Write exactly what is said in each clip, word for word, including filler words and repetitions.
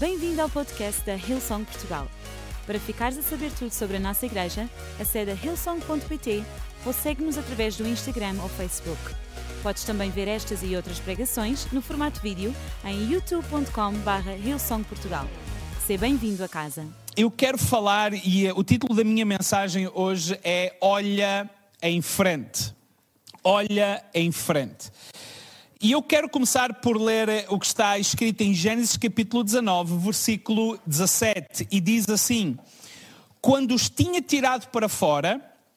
Bem-vindo ao podcast da Hillsong Portugal. Para ficares a saber tudo sobre a nossa igreja, acede a hillsong ponto pt ou segue-nos através do Instagram ou Facebook. Podes também ver estas e outras pregações no formato vídeo em youtube ponto com barra hillsong portugal. Seja bem-vindo a casa. Eu quero falar, e o título da minha mensagem hoje é Olha em Frente. Olha em Frente. E eu quero começar por ler o que está escrito em Gênesis capítulo dezanove, versículo dezassete, e diz assim: quando os tinha tirado para fora,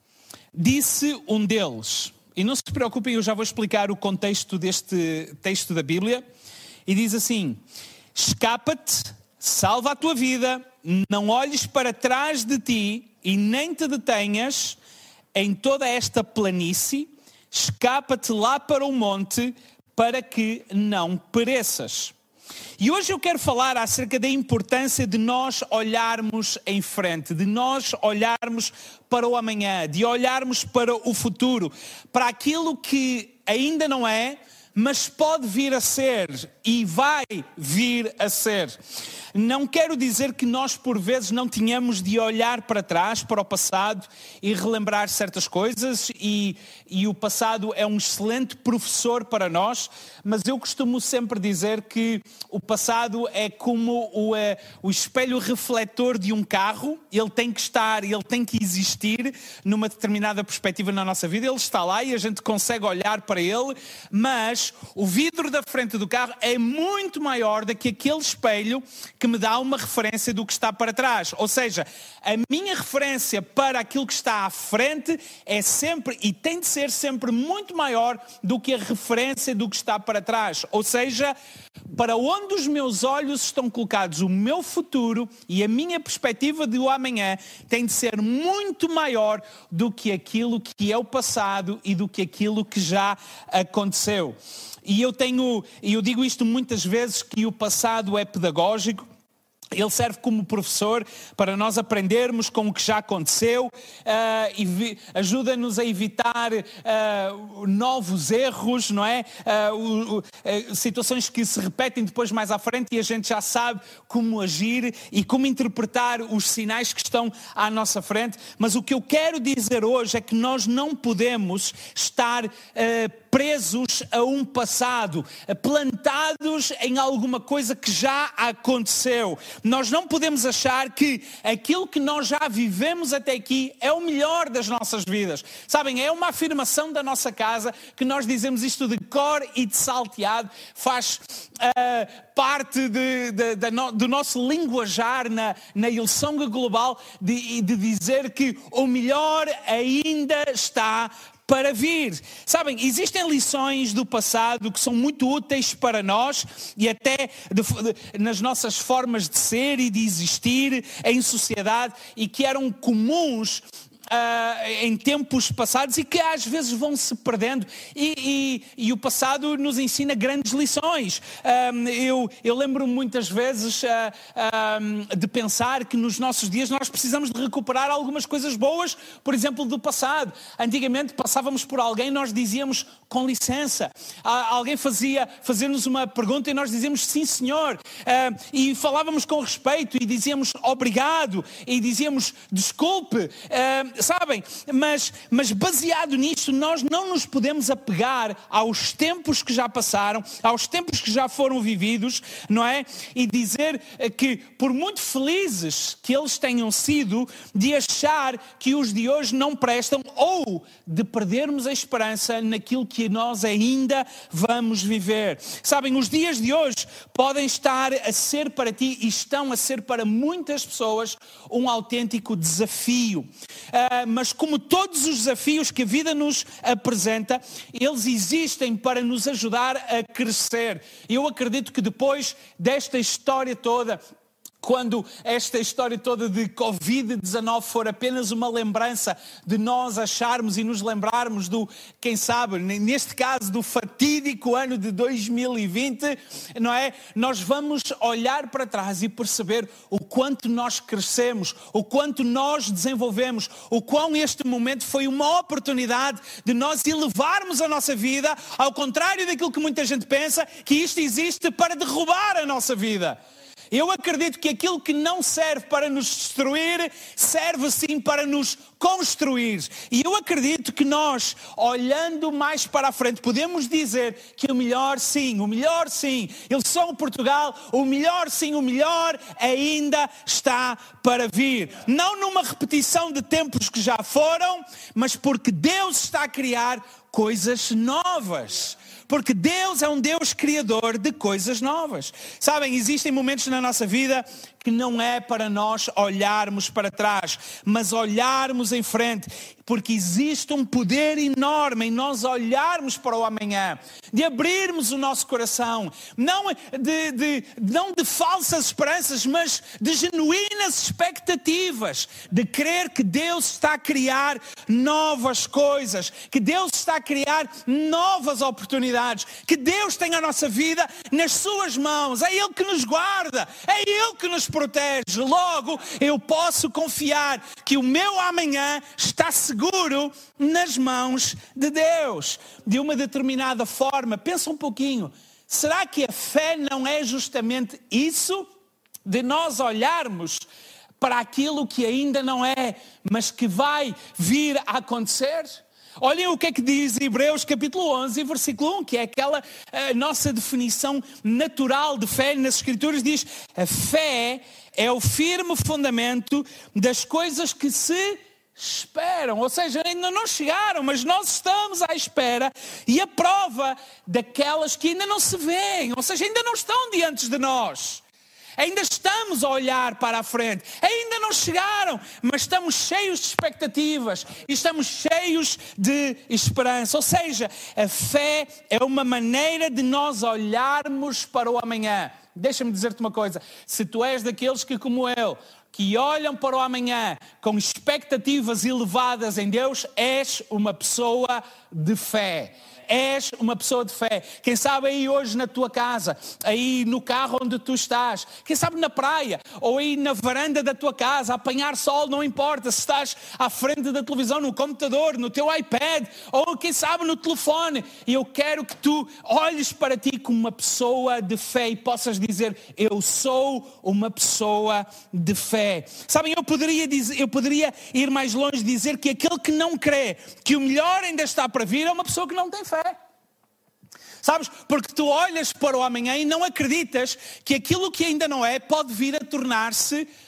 disse um deles, e não se preocupem, eu já vou explicar o contexto deste texto da Bíblia, e diz assim: escapa-te, salva a tua vida, não olhes para trás de ti e nem te detenhas em toda esta planície, escapa-te lá para o monte, para que não pereças. E hoje eu quero falar acerca da importância de nós olharmos em frente, de nós olharmos para o amanhã, de olharmos para o futuro, para aquilo que ainda não é, mas pode vir a ser e vai vir a ser. Não quero dizer que nós por vezes não tenhamos de olhar para trás, para o passado e relembrar certas coisas, e, e o passado é um excelente professor para nós, mas eu costumo sempre dizer que o passado é como o, é, o espelho refletor de um carro. Ele tem que estar, ele tem que existir numa determinada perspectiva na nossa vida, ele está lá e a gente consegue olhar para ele, mas o vidro da frente do carro é muito maior do que aquele espelho que me dá uma referência do que está para trás. Ou seja, a minha referência para aquilo que está à frente é sempre, e tem de ser sempre, muito maior do que a referência do que está para trás. Ou seja, para onde os meus olhos estão colocados, o meu futuro e a minha perspectiva do amanhã tem de ser muito maior do que aquilo que é o passado e do que aquilo que já aconteceu. E eu tenho, e eu digo isto muitas vezes, que o passado é pedagógico. Ele serve como professor para nós aprendermos com o que já aconteceu, uh, e vi, ajuda-nos a evitar uh, novos erros, não é? Uh, uh, uh, situações que se repetem depois mais à frente e a gente já sabe como agir e como interpretar os sinais que estão à nossa frente. Mas o que eu quero dizer hoje é que nós não podemos estar uh, presos a um passado, plantados em alguma coisa que já aconteceu. Nós não podemos achar que aquilo que nós já vivemos até aqui é o melhor das nossas vidas. Sabem, é uma afirmação da nossa casa que nós dizemos isto de cor e de salteado, faz uh, parte de, de, de, de, do nosso linguajar na, na Hillsong Global, de, de dizer que o melhor ainda está para vir. Sabem, existem lições do passado que são muito úteis para nós e até de, de, nas nossas formas de ser e de existir em sociedade, e que eram comuns Uh, em tempos passados e que às vezes vão se perdendo, e, e, e o passado nos ensina grandes lições. Uh, eu, eu lembro muitas vezes uh, uh, de pensar que nos nossos dias nós precisamos de recuperar algumas coisas boas, por exemplo, do passado. Antigamente passávamos por alguém e nós dizíamos com licença. Uh, alguém fazia, fazia-nos uma pergunta e nós dizíamos sim senhor, uh, e falávamos com respeito e dizíamos obrigado e dizíamos desculpe. Uh, Sabem, mas, mas baseado nisto, nós não nos podemos apegar aos tempos que já passaram, aos tempos que já foram vividos, não é? E dizer que, por muito felizes que eles tenham sido, de achar que os de hoje não prestam, ou de perdermos a esperança naquilo que nós ainda vamos viver. Sabem, os dias de hoje podem estar a ser para ti, e estão a ser para muitas pessoas, um autêntico desafio. Uh, mas como todos os desafios que a vida nos apresenta, eles existem para nos ajudar a crescer. Eu acredito que depois desta história toda, quando esta história toda de covid dezanove for apenas uma lembrança de nós acharmos e nos lembrarmos do, quem sabe, neste caso do fatídico ano de dois mil e vinte, não é? Nós vamos olhar para trás e perceber o quanto nós crescemos, o quanto nós desenvolvemos, o quão este momento foi uma oportunidade de nós elevarmos a nossa vida, ao contrário daquilo que muita gente pensa, que isto existe para derrubar a nossa vida. Eu acredito que aquilo que não serve para nos destruir, serve sim para nos construir. E eu acredito que nós, olhando mais para a frente, podemos dizer que o melhor sim, o melhor sim, Hillsong Portugal, o melhor sim, o melhor ainda está para vir. Não numa repetição de tempos que já foram, mas porque Deus está a criar coisas novas. Porque Deus é um Deus criador de coisas novas. Sabem, existem momentos na nossa vida que não é para nós olharmos para trás, mas olharmos em frente. Porque existe um poder enorme em nós olharmos para o amanhã, de abrirmos o nosso coração, não de, de, não de falsas esperanças, mas de genuínas expectativas, de crer que Deus está a criar novas coisas, que Deus está a criar novas oportunidades, que Deus tem a nossa vida nas suas mãos, é Ele que nos guarda, é Ele que nos protege. Logo, eu posso confiar que o meu amanhã está seguro seguro nas mãos de Deus. De uma determinada forma, pensa um pouquinho, será que a fé não é justamente isso? De nós olharmos para aquilo que ainda não é, mas que vai vir a acontecer? Olhem o que é que diz Hebreus capítulo onze, versículo um, que é aquela a nossa definição natural de fé nas Escrituras, diz: a fé é o firme fundamento das coisas que se esperam, ou seja, ainda não chegaram, mas nós estamos à espera, e a prova daquelas que ainda não se veem, ou seja, ainda não estão diante de nós. Ainda estamos a olhar para a frente, ainda não chegaram, mas estamos cheios de expectativas e estamos cheios de esperança. Ou seja, a fé é uma maneira de nós olharmos para o amanhã. Deixa-me dizer-te uma coisa, se tu és daqueles que, como eu, que olham para o amanhã com expectativas elevadas em Deus, és uma pessoa de fé. És uma pessoa de fé. Quem sabe aí hoje na tua casa, aí no carro onde tu estás, quem sabe na praia, ou aí na varanda da tua casa, a apanhar sol, não importa, se estás à frente da televisão, no computador, no teu iPad, ou quem sabe no telefone. E eu quero que tu olhes para ti como uma pessoa de fé e possas dizer: eu sou uma pessoa de fé. Sabem, eu poderia, dizer, eu poderia ir mais longe e dizer que aquele que não crê que o melhor ainda está para vir é uma pessoa que não tem fé. Sabes? Porque tu olhas para o amanhã e não acreditas que aquilo que ainda não é pode vir a tornar-se uh,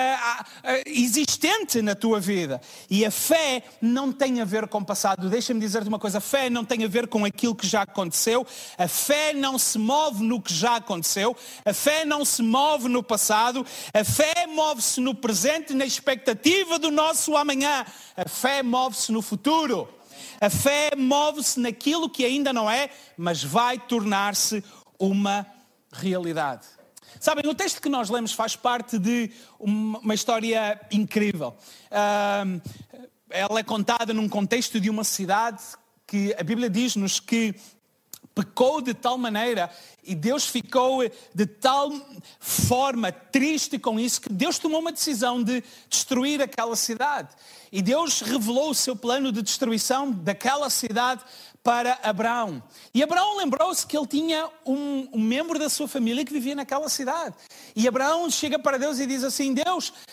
uh, existente na tua vida. E a fé não tem a ver com o passado. Deixa-me dizer-te uma coisa, a fé não tem a ver com aquilo que já aconteceu. A fé não se move no que já aconteceu. A fé não se move no passado. A fé move-se no presente, na expectativa do nosso amanhã. A fé move-se no futuro. A fé move-se naquilo que ainda não é, mas vai tornar-se uma realidade. Sabem, o texto que nós lemos faz parte de uma, uma história incrível. Uh, ela é contada num contexto de uma cidade que a Bíblia diz-nos que pecou de tal maneira e Deus ficou de tal forma triste com isso que Deus tomou uma decisão de destruir aquela cidade. E Deus revelou o seu plano de destruição daquela cidade para Abraão. E Abraão lembrou-se que ele tinha um, um membro da sua família que vivia naquela cidade. E Abraão chega para Deus e diz assim: Deus, uh,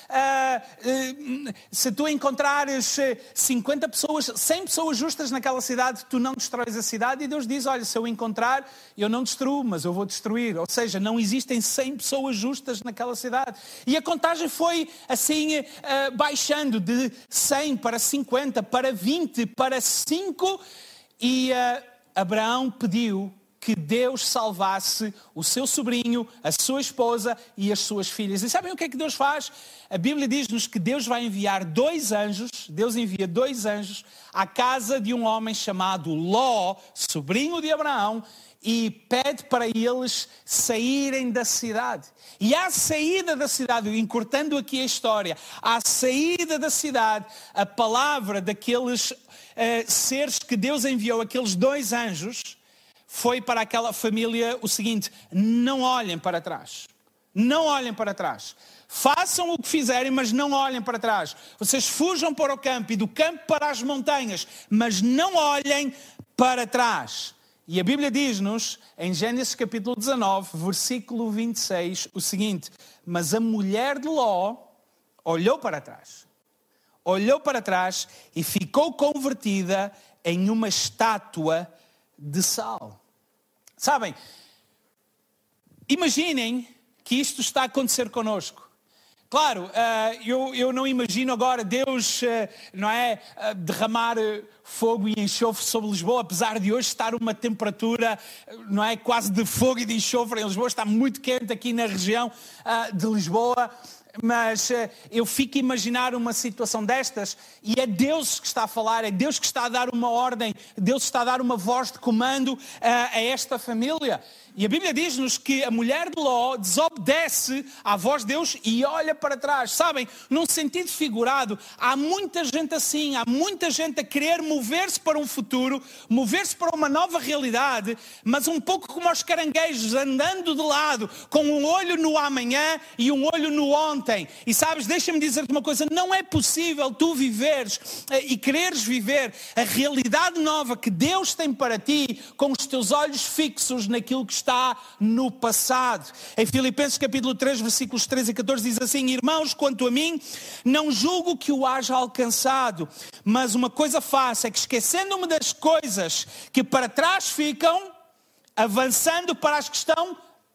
uh, se tu encontrares cinquenta pessoas, cem pessoas justas naquela cidade, tu não destróis a cidade? E Deus diz: olha, se eu encontrar, eu não destruo, mas eu vou destruir. Ou seja, não existem cem pessoas justas naquela cidade. E a contagem foi assim uh, baixando de cem para cinquenta, para vinte, para cinco. E uh, Abraão pediu que Deus salvasse o seu sobrinho, a sua esposa e as suas filhas. E sabem o que é que Deus faz? A Bíblia diz-nos que Deus vai enviar dois anjos, Deus envia dois anjos à casa de um homem chamado Ló, sobrinho de Abraão, e pede para eles saírem da cidade. E à saída da cidade, encurtando aqui a história, à saída da cidade, a palavra daqueles uh, seres que Deus enviou, aqueles dois anjos, foi para aquela família o seguinte: não olhem para trás. Não olhem para trás. Façam o que fizerem, mas não olhem para trás. Vocês fujam para o campo e do campo para as montanhas, mas não olhem para trás. E a Bíblia diz-nos, em Gênesis capítulo dezanove, versículo vinte e seis, o seguinte: mas a mulher de Ló olhou para trás, olhou para trás e ficou convertida em uma estátua de sal. Sabem, imaginem que isto está a acontecer connosco. Claro, uh, eu, eu não imagino agora Deus, uh, não é, uh, derramar uh, fogo e enxofre sobre Lisboa, apesar de hoje estar uma temperatura, uh, não é, quase de fogo e de enxofre em Lisboa. Está muito quente aqui na região uh, de Lisboa. Mas uh, eu fico a imaginar uma situação destas e é Deus que está a falar, é Deus que está a dar uma ordem, Deus está a dar uma voz de comando uh, a esta família. E a Bíblia diz-nos que a mulher de Ló desobedece à voz de Deus e olha para trás. Sabem, num sentido figurado, há muita gente assim, há muita gente a querer mover-se para um futuro, mover-se para uma nova realidade, mas um pouco como os caranguejos, andando de lado, com um olho no amanhã e um olho no ontem. E sabes, deixa-me dizer-te uma coisa, não é possível tu viveres e quereres viver a realidade nova que Deus tem para ti com os teus olhos fixos naquilo que está no passado. Em Filipenses capítulo três, versículos treze e catorze diz assim: irmãos, quanto a mim, não julgo que o haja alcançado, mas uma coisa faço, é que esquecendo-me das coisas que para trás ficam, avançando para as que estão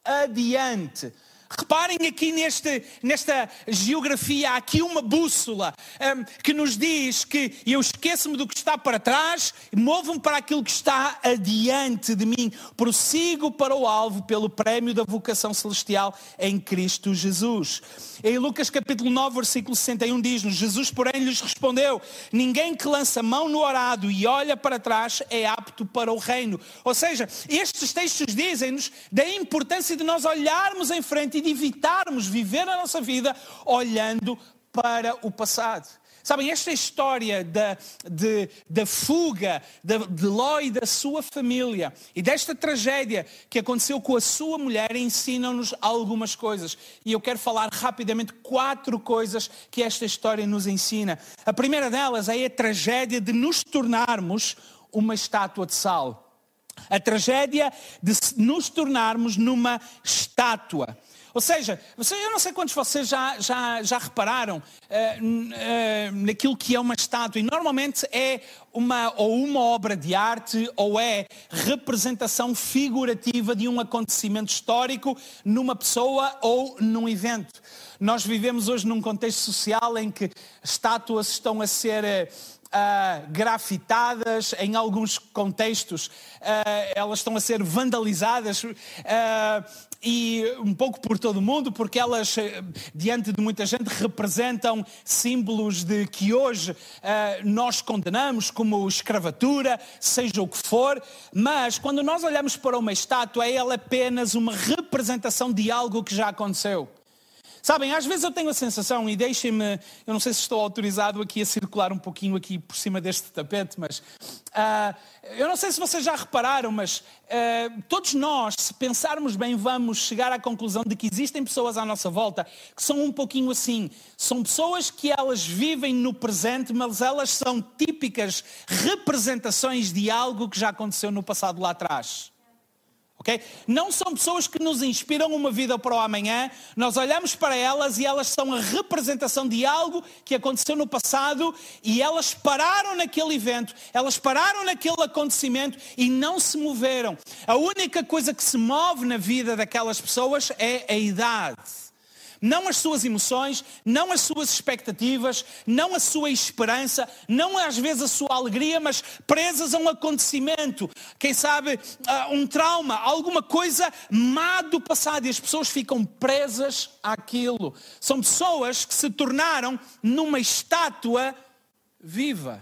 adiante. Reparem aqui neste, nesta geografia, há aqui uma bússola um, que nos diz que eu esqueço-me do que está para trás, movo-me para aquilo que está adiante de mim, prossigo para o alvo pelo prémio da vocação celestial em Cristo Jesus. Em Lucas capítulo nove, versículo sessenta e um diz-nos: Jesus, porém, lhes respondeu: ninguém que lança mão no arado e olha para trás é apto para o reino. Ou seja, estes textos dizem-nos da importância de nós olharmos em frente e de evitarmos viver a nossa vida olhando para o passado. Sabem, esta história da, de, da fuga de, de Ló e da sua família e desta tragédia que aconteceu com a sua mulher ensinam-nos algumas coisas. E eu quero falar rapidamente quatro coisas que esta história nos ensina. A primeira delas é a tragédia de nos tornarmos uma estátua de sal. A tragédia de nos tornarmos numa estátua. Ou seja, eu não sei quantos de vocês já, já, já repararam uh, uh, naquilo que é uma estátua. E normalmente é uma, ou uma obra de arte ou é representação figurativa de um acontecimento histórico numa pessoa ou num evento. Nós vivemos hoje num contexto social em que estátuas estão a ser Uh, grafitadas, em alguns contextos uh, elas estão a ser vandalizadas uh, e um pouco por todo o mundo, porque elas, uh, diante de muita gente, representam símbolos de que hoje uh, nós condenamos, como escravatura, seja o que for, mas quando nós olhamos para uma estátua, ela é apenas uma representação de algo que já aconteceu. Sabem, às vezes eu tenho a sensação, e deixem-me, eu não sei se estou autorizado aqui a circular um pouquinho aqui por cima deste tapete, mas uh, eu não sei se vocês já repararam, mas uh, todos nós, se pensarmos bem, vamos chegar à conclusão de que existem pessoas à nossa volta que são um pouquinho assim. São pessoas que elas vivem no presente, mas elas são típicas representações de algo que já aconteceu no passado lá atrás. Okay? Não são pessoas que nos inspiram uma vida para o amanhã, nós olhamos para elas e elas são a representação de algo que aconteceu no passado e elas pararam naquele evento, elas pararam naquele acontecimento e não se moveram. A única coisa que se move na vida daquelas pessoas é a idade. Não as suas emoções, não as suas expectativas, não a sua esperança, não às vezes a sua alegria, mas presas a um acontecimento, quem sabe um trauma, alguma coisa má do passado, e as pessoas ficam presas àquilo. São pessoas que se tornaram numa estátua viva.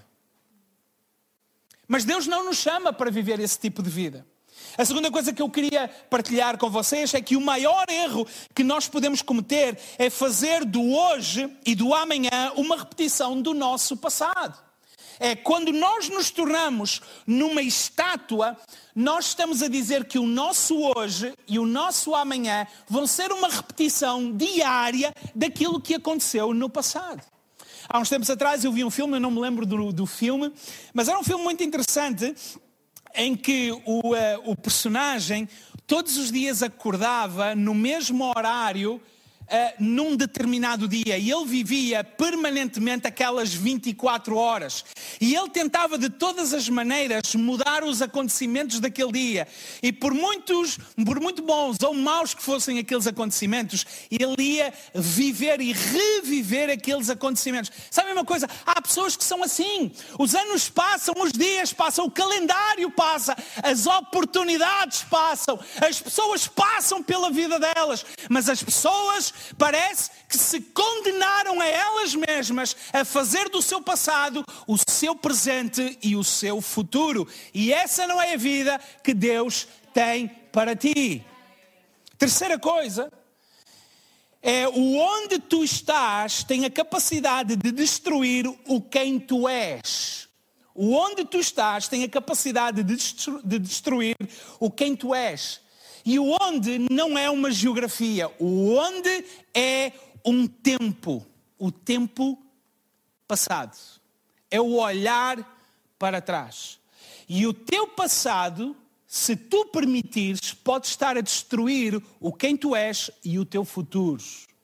Mas Deus não nos chama para viver esse tipo de vida. A segunda coisa que eu queria partilhar com vocês é que o maior erro que nós podemos cometer é fazer do hoje e do amanhã uma repetição do nosso passado. É quando nós nos tornamos numa estátua, nós estamos a dizer que o nosso hoje e o nosso amanhã vão ser uma repetição diária daquilo que aconteceu no passado. Há uns tempos atrás eu vi um filme, eu não me lembro do, do filme, mas era um filme muito interessante. em que o, uh, o personagem todos os dias acordava no mesmo horário, Uh, num determinado dia, e ele vivia permanentemente aquelas vinte e quatro horas, e ele tentava de todas as maneiras mudar os acontecimentos daquele dia, e por muitos, por muito bons ou maus que fossem aqueles acontecimentos, ele ia viver e reviver aqueles acontecimentos. Sabe uma coisa? Há pessoas que são assim, os anos passam, os dias passam, o calendário passa, as oportunidades passam, as pessoas passam pela vida delas, mas as pessoas parece que se condenaram a elas mesmas a fazer do seu passado o seu presente e o seu futuro. E essa não é a vida que Deus tem para ti. Terceira coisa, é o onde tu estás tem a capacidade de destruir o quem tu és. O onde tu estás tem a capacidade de destruir o quem tu és. E o onde não é uma geografia, o onde é um tempo, o tempo passado. É o olhar para trás. E o teu passado, se tu permitires, pode estar a destruir o quem tu és e o teu futuro.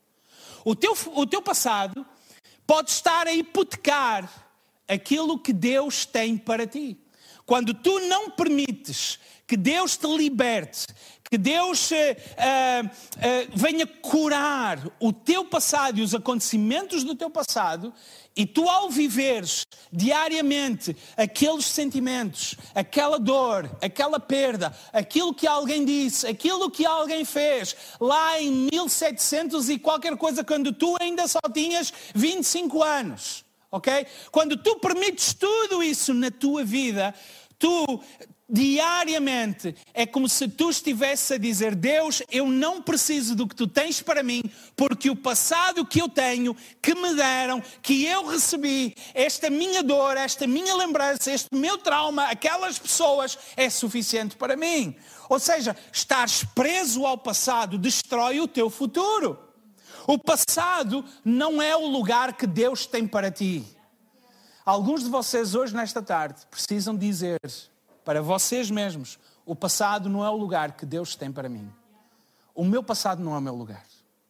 O teu, o teu passado pode estar a hipotecar aquilo que Deus tem para ti. Quando tu não permites que Deus te liberte, que Deus uh, uh, uh, venha curar o teu passado e os acontecimentos do teu passado, e tu ao viveres diariamente aqueles sentimentos, aquela dor, aquela perda, aquilo que alguém disse, aquilo que alguém fez, lá em mil e setecentos e qualquer coisa, quando tu ainda só tinhas vinte e cinco anos, ok? Quando tu permites tudo isso na tua vida, tu... diariamente, é como se tu estivesse a dizer: Deus, eu não preciso do que tu tens para mim, porque o passado que eu tenho, que me deram, que eu recebi, esta minha dor, esta minha lembrança, este meu trauma, aquelas pessoas, é suficiente para mim. Ou seja, estares preso ao passado destrói o teu futuro. O passado não é o lugar que Deus tem para ti. Alguns de vocês hoje, nesta tarde, precisam dizer para vocês mesmos: o passado não é o lugar que Deus tem para mim. O meu passado não é o meu lugar.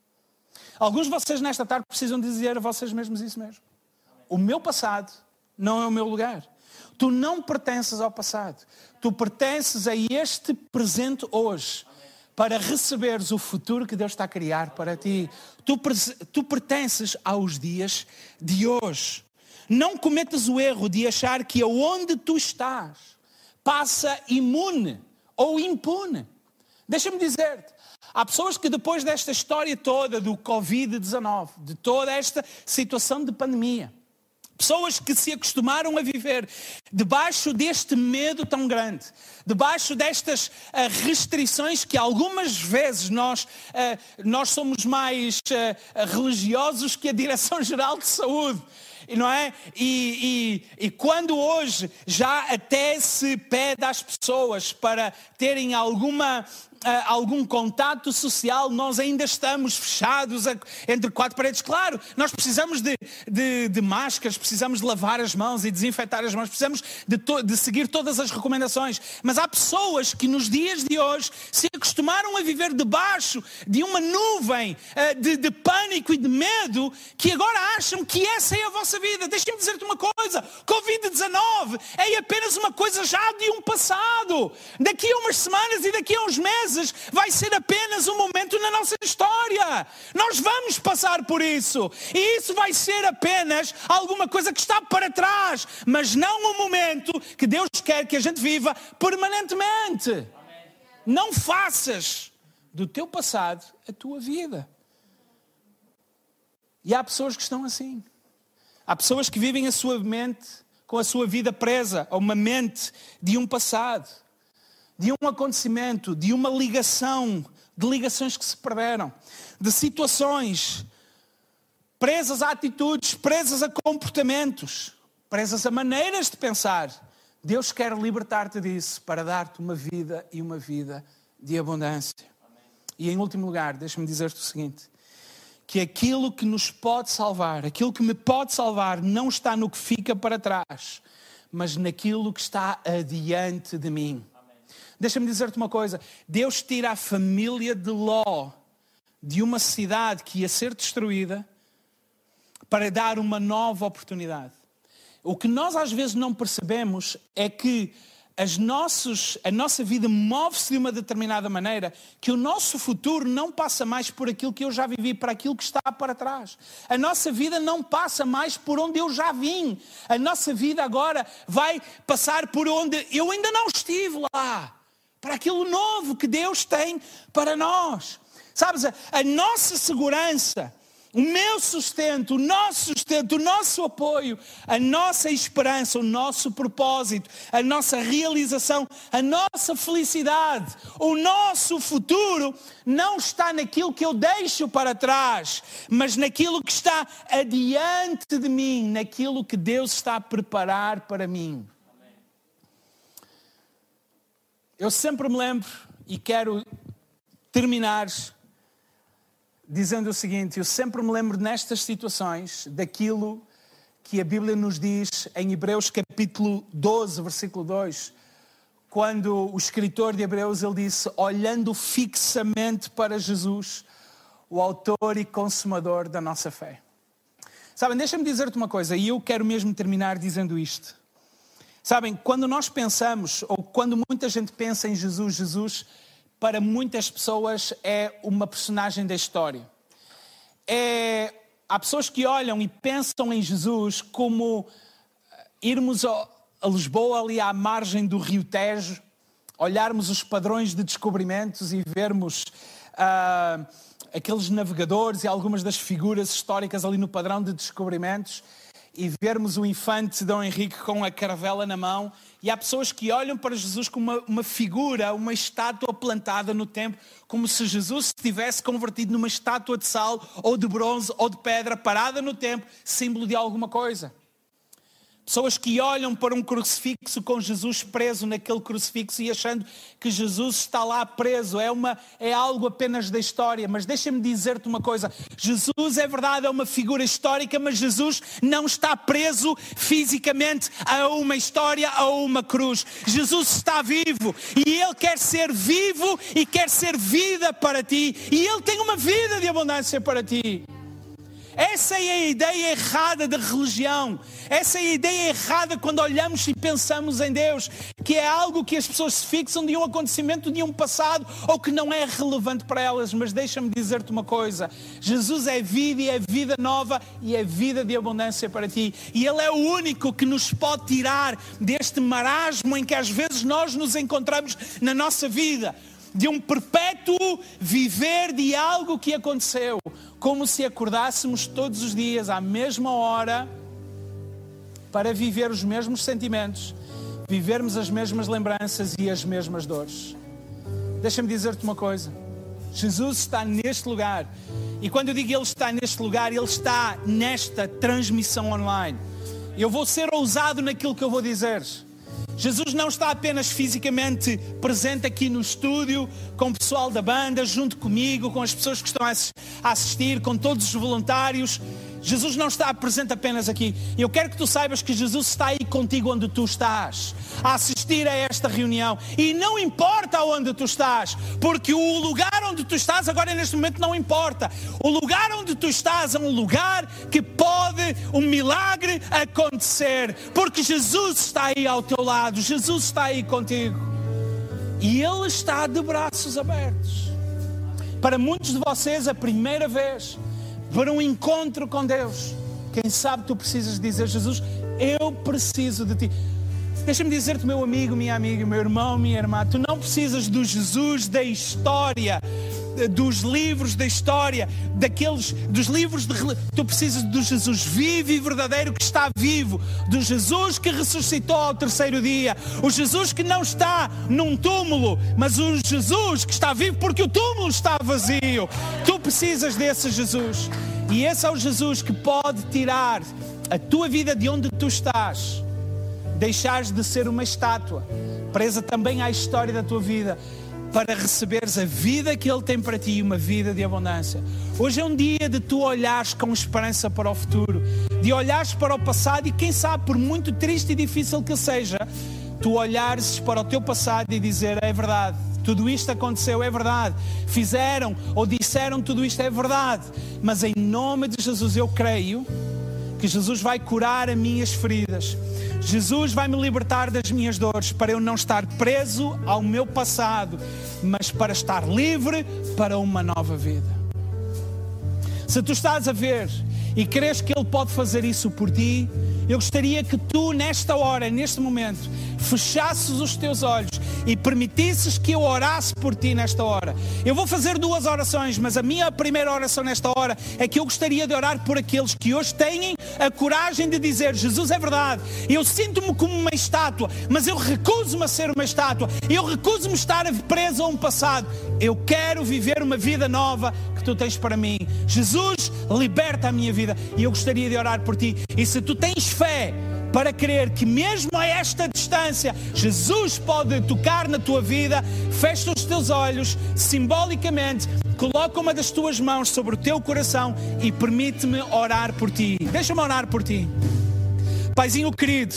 Alguns de vocês nesta tarde precisam dizer a vocês mesmos isso mesmo. O meu passado não é o meu lugar. Tu não pertences ao passado. Tu pertences a este presente hoje, para receberes o futuro que Deus está a criar para ti. Tu, tu pertences aos dias de hoje. Não cometas o erro de achar que aonde tu estás passa imune ou impune. Deixa-me dizer-te, há pessoas que depois desta história toda do covid dezanove, de toda esta situação de pandemia, pessoas que se acostumaram a viver debaixo deste medo tão grande, debaixo destas uh, restrições que algumas vezes nós, uh, nós somos mais uh, religiosos que a Direção-Geral de Saúde. Não é? E, e, e quando hoje já até se pede às pessoas para terem alguma, uh, algum contato social, nós ainda estamos fechados a, entre quatro paredes. Claro, nós precisamos de, de, de máscaras, precisamos de lavar as mãos e desinfetar as mãos, precisamos de, to, de seguir todas as recomendações. Mas há pessoas que nos dias de hoje se acostumaram a viver debaixo de uma nuvem uh, de, de pânico e de medo, que agora acham que essa é a vossa vida. Deixa-me dizer-te uma coisa: covid dezanove é apenas uma coisa já de um passado. Daqui a umas semanas e daqui a uns meses vai ser apenas um momento na nossa história. Nós vamos passar por isso. E isso vai ser apenas alguma coisa que está para trás, mas não um momento que Deus quer que a gente viva permanentemente. Amém. Não faças do teu passado a tua vida. E há pessoas que estão assim. Há pessoas que vivem a sua mente com a sua vida presa a uma mente de um passado, de um acontecimento, de uma ligação, de ligações que se perderam, de situações, presas a atitudes, presas a comportamentos, presas a maneiras de pensar. Deus quer libertar-te disso para dar-te uma vida e uma vida de abundância. Amém. E em último lugar, deixa-me dizer-te o seguinte: que aquilo que nos pode salvar, aquilo que me pode salvar, não está no que fica para trás, mas naquilo que está adiante de mim. Deixa-me dizer-te uma coisa. Deus tira a família de Ló de uma cidade que ia ser destruída para dar uma nova oportunidade. O que nós às vezes não percebemos é que as nossos, a nossa vida move-se de uma determinada maneira que o nosso futuro não passa mais por aquilo que eu já vivi, para aquilo que está para trás. A nossa vida não passa mais por onde eu já vim. A nossa vida agora vai passar por onde eu ainda não estive lá. Para aquilo novo que Deus tem para nós. Sabes, a, a nossa segurança, o meu sustento, o nosso sustento, o nosso apoio, a nossa esperança, o nosso propósito, a nossa realização, a nossa felicidade, o nosso futuro não está naquilo que eu deixo para trás, mas naquilo que está adiante de mim, naquilo que Deus está a preparar para mim. Eu sempre me lembro e quero terminar dizendo o seguinte: eu sempre me lembro nestas situações daquilo que a Bíblia nos diz em Hebreus capítulo doze, versículo dois, quando o escritor de Hebreus ele disse: olhando fixamente para Jesus, o autor e consumador da nossa fé. Sabem, deixa-me dizer-te uma coisa, e eu quero mesmo terminar dizendo isto. Sabem, quando nós pensamos, ou quando muita gente pensa em Jesus, Jesus, para muitas pessoas é uma personagem da história. É, há pessoas que olham e pensam em Jesus como irmos a Lisboa, ali à margem do Rio Tejo, olharmos os padrões de descobrimentos e vermos uh, aqueles navegadores e algumas das figuras históricas ali no padrão de descobrimentos, e vermos o infante Dom Henrique com a caravela na mão. E há pessoas que olham para Jesus como uma, uma figura, uma estátua plantada no templo, como se Jesus se tivesse convertido numa estátua de sal, ou de bronze, ou de pedra, parada no templo, símbolo de alguma coisa. Pessoas que olham para um crucifixo com Jesus preso naquele crucifixo e achando que Jesus está lá preso. É, uma, é algo apenas da história. Mas deixa-me dizer-te uma coisa. Jesus, é verdade, é uma figura histórica, mas Jesus não está preso fisicamente a uma história, a uma cruz. Jesus está vivo e Ele quer ser vivo e quer ser vida para ti. E Ele tem uma vida de abundância para ti. Essa é a ideia errada da religião. Essa é a ideia errada quando olhamos e pensamos em Deus, que é algo que as pessoas se fixam de um acontecimento de um passado ou que não é relevante para elas. Mas deixa-me dizer-te uma coisa. Jesus é vida e é vida nova e é vida de abundância para ti. E Ele é o único que nos pode tirar deste marasmo em que às vezes nós nos encontramos na nossa vida. De um perpétuo viver de algo que aconteceu. Como se acordássemos todos os dias à mesma hora para viver os mesmos sentimentos, vivermos as mesmas lembranças e as mesmas dores. Deixa-me dizer-te uma coisa. Jesus está neste lugar. E quando eu digo Ele está neste lugar, Ele está nesta transmissão online. Eu vou ser ousado naquilo que eu vou dizer. Jesus não está apenas fisicamente presente aqui no estúdio, com o pessoal da banda, junto comigo, com as pessoas que estão a assistir, com todos os voluntários. Jesus não está presente apenas aqui. Eu quero que tu saibas que Jesus está aí contigo onde tu estás, a assistir a esta reunião. E não importa onde tu estás, porque o lugar onde tu estás agora neste momento não importa. O lugar onde tu estás é um lugar que pode um milagre acontecer, porque Jesus está aí ao teu lado, Jesus está aí contigo. E Ele está de braços abertos. Para muitos de vocês, a primeira vez para um encontro com Deus. Quem sabe tu precisas dizer: Jesus, eu preciso de ti. Deixa-me dizer-te, meu amigo, minha amiga, meu irmão, minha irmã, tu não precisas do Jesus da história, dos livros da história, daqueles, dos livros de... Tu precisas do Jesus vivo e verdadeiro que está vivo, do Jesus que ressuscitou ao terceiro dia, o Jesus que não está num túmulo, mas o Jesus que está vivo porque o túmulo está vazio. Tu precisas desse Jesus, e esse é o Jesus que pode tirar a tua vida de onde tu estás, deixares de ser uma estátua presa também à história da tua vida, para receberes a vida que Ele tem para ti, uma vida de abundância. Hoje é um dia de tu olhares com esperança para o futuro, de olhares para o passado e quem sabe, por muito triste e difícil que seja, tu olhares para o teu passado e dizer, é verdade, tudo isto aconteceu, é verdade. Fizeram ou disseram tudo isto, é verdade. Mas em nome de Jesus eu creio que Jesus vai curar as minhas feridas. Jesus vai me libertar das minhas dores para eu não estar preso ao meu passado, mas para estar livre para uma nova vida. Se tu estás a ver e crees que Ele pode fazer isso por ti, eu gostaria que tu, nesta hora, neste momento, fechasses os teus olhos e permitisses que eu orasse por ti nesta hora. Eu vou fazer duas orações, mas a minha primeira oração nesta hora é que eu gostaria de orar por aqueles que hoje têm a coragem de dizer, Jesus, é verdade, eu sinto-me como uma estátua, mas eu recuso-me a ser uma estátua, eu recuso-me a estar preso a um passado, eu quero viver uma vida nova que tu tens para mim. Jesus, liberta a minha vida. E eu gostaria de orar por ti. E se tu tens fé para crer que mesmo a esta distância Jesus pode tocar na tua vida, fecha os teus olhos, simbolicamente, coloca uma das tuas mãos sobre o teu coração e permite-me orar por ti. Deixa-me orar por ti. Paizinho querido,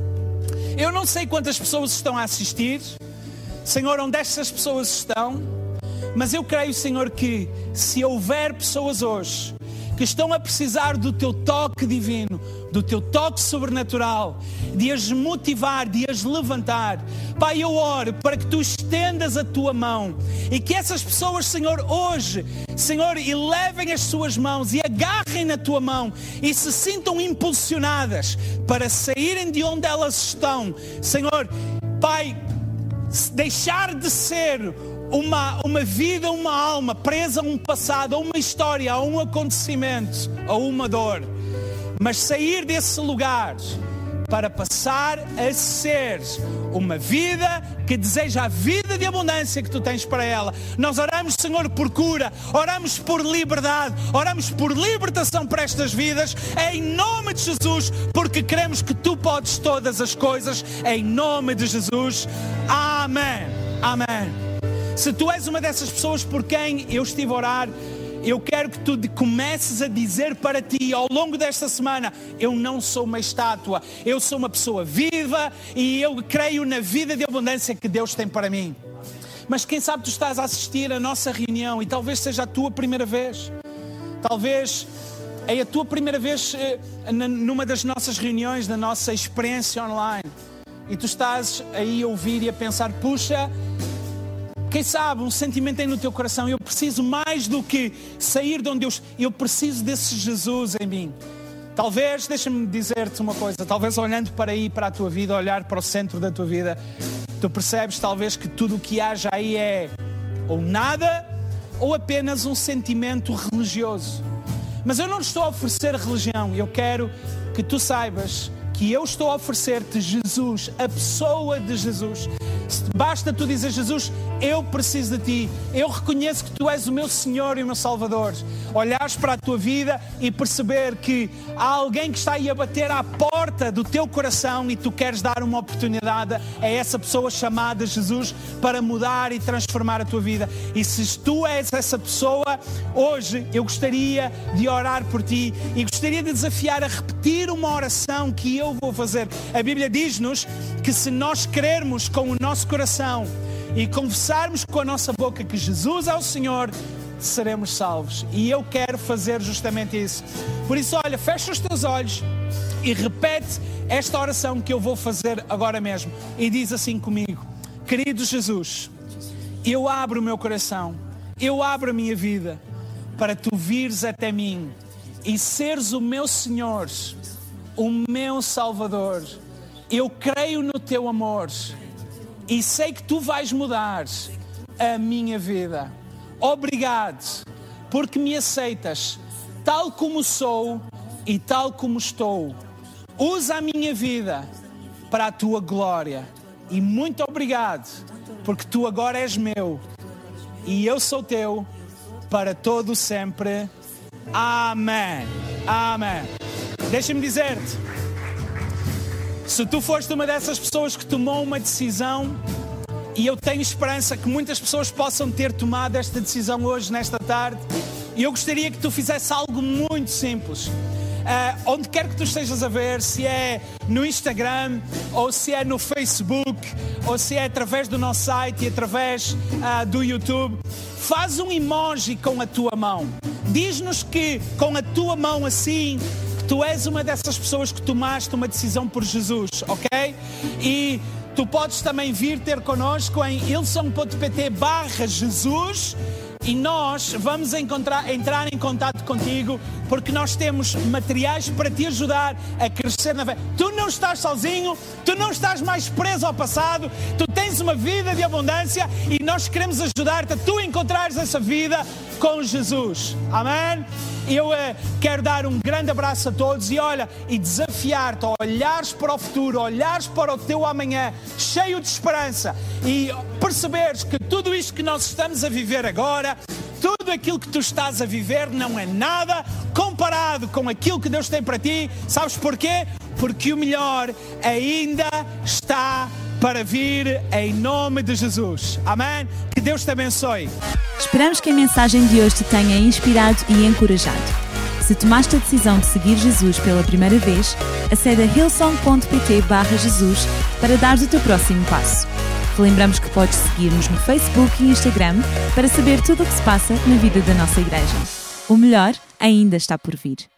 eu não sei quantas pessoas estão a assistir, Senhor, onde estas pessoas estão, mas eu creio, Senhor, que se houver pessoas hoje que estão a precisar do teu toque divino, do teu toque sobrenatural, de as motivar, de as levantar, Pai, eu oro para que tu estendas a tua mão e que essas pessoas, Senhor, hoje, Senhor, elevem as suas mãos e agarrem na tua mão e se sintam impulsionadas para saírem de onde elas estão, Senhor, Pai, deixar de ser Uma, uma vida, uma alma presa a um passado, a uma história, a um acontecimento, a uma dor. Mas sair desse lugar para passar a ser uma vida que deseja a vida de abundância que tu tens para ela. Nós oramos, Senhor, por cura, oramos por liberdade, oramos por libertação para estas vidas, em nome de Jesus, porque queremos que tu podes todas as coisas, em nome de Jesus. Amém. Amém. Se tu és uma dessas pessoas por quem eu estive a orar, eu quero que tu comeces a dizer para ti ao longo desta semana, eu não sou uma estátua, eu sou uma pessoa viva e eu creio na vida de abundância que Deus tem para mim. Mas quem sabe tu estás a assistir a nossa reunião e talvez seja a tua primeira vez. Talvez é a tua primeira vez numa das nossas reuniões, da nossa experiência online. E tu estás aí a ouvir e a pensar, puxa, quem sabe um sentimento aí no teu coração, eu preciso mais do que sair de onde eu... Eu preciso desse Jesus em mim. Talvez, deixa-me dizer-te uma coisa, talvez olhando para aí, para a tua vida, olhar para o centro da tua vida, tu percebes talvez que tudo o que haja aí é ou nada, ou apenas um sentimento religioso. Mas eu não estou a oferecer religião, eu quero que tu saibas que eu estou a oferecer-te Jesus, a pessoa de Jesus. Basta tu dizer, Jesus, eu preciso de ti, eu reconheço que tu és o meu Senhor e o meu Salvador. Olhares para a tua vida e perceber que há alguém que está aí a bater à porta do teu coração e tu queres dar uma oportunidade a essa pessoa chamada Jesus para mudar e transformar a tua vida. E se tu és essa pessoa, hoje eu gostaria de orar por ti e gostaria de desafiar a repetir uma oração que eu vou fazer. A Bíblia diz-nos que se nós crermos com o nosso coração e confessarmos com a nossa boca que Jesus é o Senhor, seremos salvos. E eu quero fazer justamente isso. Por isso, olha, fecha os teus olhos e repete esta oração que eu vou fazer agora mesmo. E diz assim comigo: querido Jesus, eu abro o meu coração, eu abro a minha vida para tu vires até mim e seres o meu Senhor, o meu Salvador. Eu creio no teu amor e sei que tu vais mudar a minha vida. Obrigado, porque me aceitas tal como sou e tal como estou. Usa a minha vida para a tua glória. E muito obrigado, porque tu agora és meu e eu sou teu para todo sempre. Amém. Amém. Deixa-me dizer-te, se tu foste uma dessas pessoas que tomou uma decisão, e eu tenho esperança que muitas pessoas possam ter tomado esta decisão hoje, nesta tarde, e eu gostaria que tu fizesse algo muito simples. uh, onde quer que tu estejas a ver, se é no Instagram, ou se é no Facebook, ou se é através do nosso site e através uh, do YouTube, faz um emoji com a tua mão. Diz-nos que com a tua mão assim, que tu és uma dessas pessoas que tomaste uma decisão por Jesus, ok? E tu podes também vir ter connosco em hillsong.pt barra Jesus e nós vamos encontrar, entrar em contato contigo, porque nós temos materiais para te ajudar a crescer na fé. Tu não estás sozinho, tu não estás mais preso ao passado, tu tens uma vida de abundância e nós queremos ajudar-te a tu encontrares essa vida com Jesus. Amém? Eu uh, quero dar um grande abraço a todos e olha, e desafiar-te a olhares para o futuro, a olhares para o teu amanhã, cheio de esperança e perceberes que tudo isto que nós estamos a viver agora, tudo aquilo que tu estás a viver não é nada comparado com aquilo que Deus tem para ti. Sabes porquê? Porque o melhor ainda está para vir em nome de Jesus. Amém? Que Deus te abençoe. Esperamos que a mensagem de hoje te tenha inspirado e encorajado. Se tomaste a decisão de seguir Jesus pela primeira vez, acede a hillsong.pt barra Jesus para dar o teu próximo passo. Te lembramos que podes seguir-nos no Facebook e Instagram para saber tudo o que se passa na vida da nossa igreja. O melhor ainda está por vir.